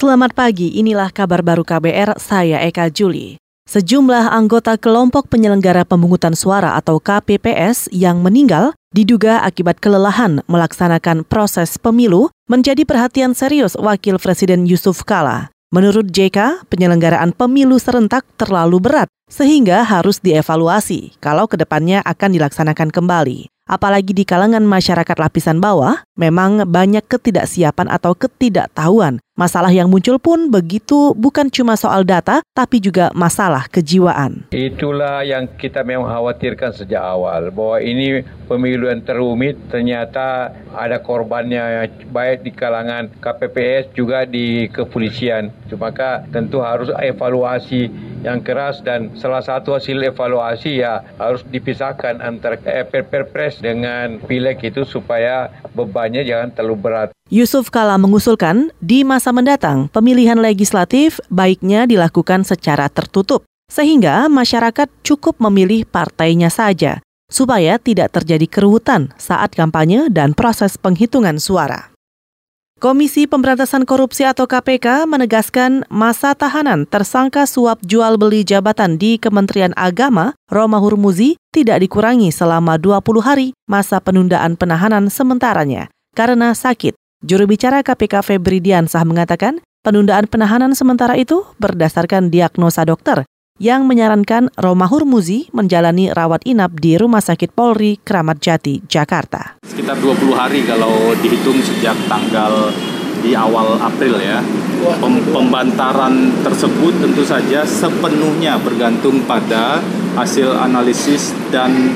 Selamat pagi, inilah kabar baru KBR, saya Eka Juli. Sejumlah anggota kelompok penyelenggara pemungutan suara atau KPPS yang meninggal diduga akibat kelelahan melaksanakan proses pemilu menjadi perhatian serius Wakil Presiden Yusuf Kala. Menurut JK, penyelenggaraan pemilu serentak terlalu berat sehingga harus dievaluasi kalau kedepannya akan dilaksanakan kembali. Apalagi di kalangan masyarakat lapisan bawah, memang banyak ketidaksiapan atau ketidaktahuan. Masalah yang muncul pun begitu bukan cuma soal data, tapi juga masalah kejiwaan. Itulah yang kita memang khawatirkan sejak awal, bahwa ini pemilu yang terumit, ternyata ada korbannya baik di kalangan KPPS juga di kepolisian. Maka tentu harus evaluasi yang keras dan salah satu hasil evaluasi ya harus dipisahkan antara Perpres dengan Pileg itu supaya bebannya jangan terlalu berat. Yusuf Kala mengusulkan di masa mendatang pemilihan legislatif baiknya dilakukan secara tertutup sehingga masyarakat cukup memilih partainya saja supaya tidak terjadi keruwetan saat kampanye dan proses penghitungan suara. Komisi Pemberantasan Korupsi atau KPK menegaskan masa tahanan tersangka suap jual beli jabatan di Kementerian Agama, Romahur Muzi, tidak dikurangi selama 20 hari masa penundaan penahanan sementaranya karena sakit. Juru bicara KPK Febri Diansah mengatakan penundaan penahanan sementara itu berdasarkan diagnosa dokter yang menyarankan Romahur Muzi menjalani rawat inap di Rumah Sakit Polri Kramat Jati, Jakarta. Sekitar 20 hari kalau dihitung sejak tanggal di awal April ya. Pembantaran tersebut tentu saja sepenuhnya bergantung pada hasil analisis dan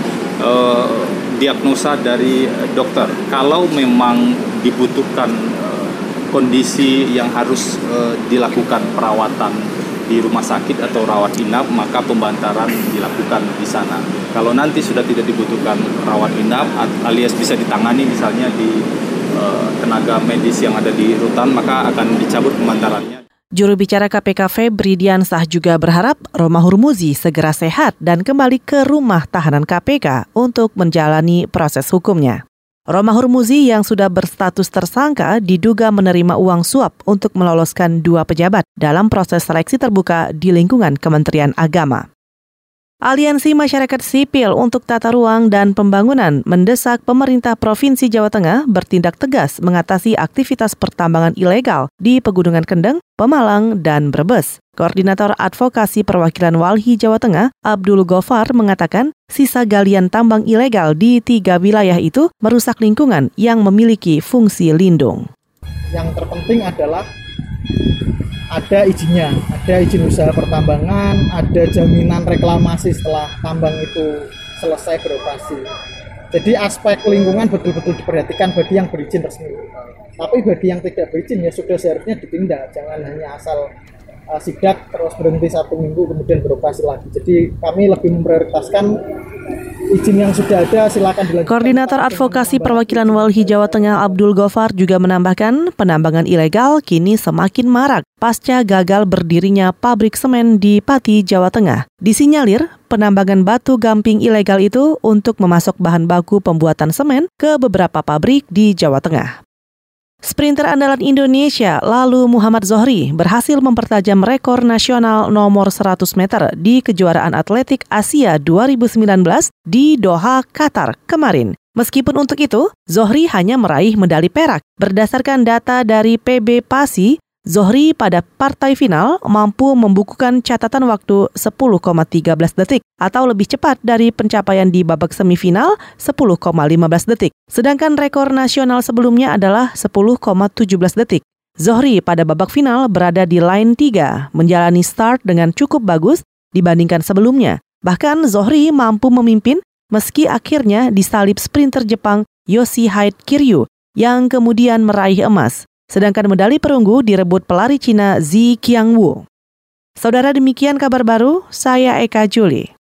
diagnosa dari dokter. Kalau memang dibutuhkan kondisi yang harus dilakukan perawatan di rumah sakit atau rawat inap, maka pembantaran dilakukan di sana. Kalau nanti sudah tidak dibutuhkan rawat inap alias bisa ditangani misalnya di tenaga medis yang ada di rutan, maka akan dicabut pembantarannya. Juru bicara KPK Febri Diansah juga berharap Romahur Muzi segera sehat dan kembali ke rumah tahanan KPK untuk menjalani proses hukumnya. Romahur Muzi yang sudah berstatus tersangka diduga menerima uang suap untuk meloloskan 2 pejabat dalam proses seleksi terbuka di lingkungan Kementerian Agama. Aliansi Masyarakat Sipil untuk Tata Ruang dan Pembangunan mendesak pemerintah Provinsi Jawa Tengah bertindak tegas mengatasi aktivitas pertambangan ilegal di Pegunungan Kendeng, Pemalang, dan Brebes. Koordinator Advokasi Perwakilan Walhi Jawa Tengah, Abdul Gofar, mengatakan sisa galian tambang ilegal di 3 wilayah itu merusak lingkungan yang memiliki fungsi lindung. Yang terpenting adalah ada izinnya, ada izin usaha pertambangan, ada jaminan reklamasi setelah tambang itu selesai beroperasi. Jadi aspek lingkungan betul-betul diperhatikan bagi yang berizin resmi. Tapi bagi yang tidak berizin ya sudah seharusnya ditindak, jangan hanya asal sidak terus berhenti 1 minggu kemudian beroperasi lagi. Jadi kami lebih memprioritaskan izin yang sudah ada silakan dilanjutkan. Koordinator Advokasi Perwakilan Walhi Jawa Tengah Abdul Gofar juga menambahkan penambangan ilegal kini semakin marak pasca gagal berdirinya pabrik semen di Pati, Jawa Tengah. Disinyalir penambangan batu gamping ilegal itu untuk memasok bahan baku pembuatan semen ke beberapa pabrik di Jawa Tengah. Sprinter andalan Indonesia lalu Muhammad Zohri berhasil mempertajam rekor nasional nomor 100 meter di kejuaraan atletik Asia 2019 di Doha, Qatar kemarin. Meskipun untuk itu, Zohri hanya meraih medali perak. Berdasarkan data dari PB PASI, Zohri pada partai final mampu membukukan catatan waktu 10,13 detik atau lebih cepat dari pencapaian di babak semifinal 10,15 detik. Sedangkan rekor nasional sebelumnya adalah 10,17 detik. Zohri pada babak final berada di line 3, menjalani start dengan cukup bagus dibandingkan sebelumnya. Bahkan Zohri mampu memimpin meski akhirnya disalip sprinter Jepang Yoshihide Kiryu yang kemudian meraih emas. Sedangkan medali perunggu direbut pelari Cina Zi Qiangwu. Saudara, demikian kabar baru, saya Eka Juli.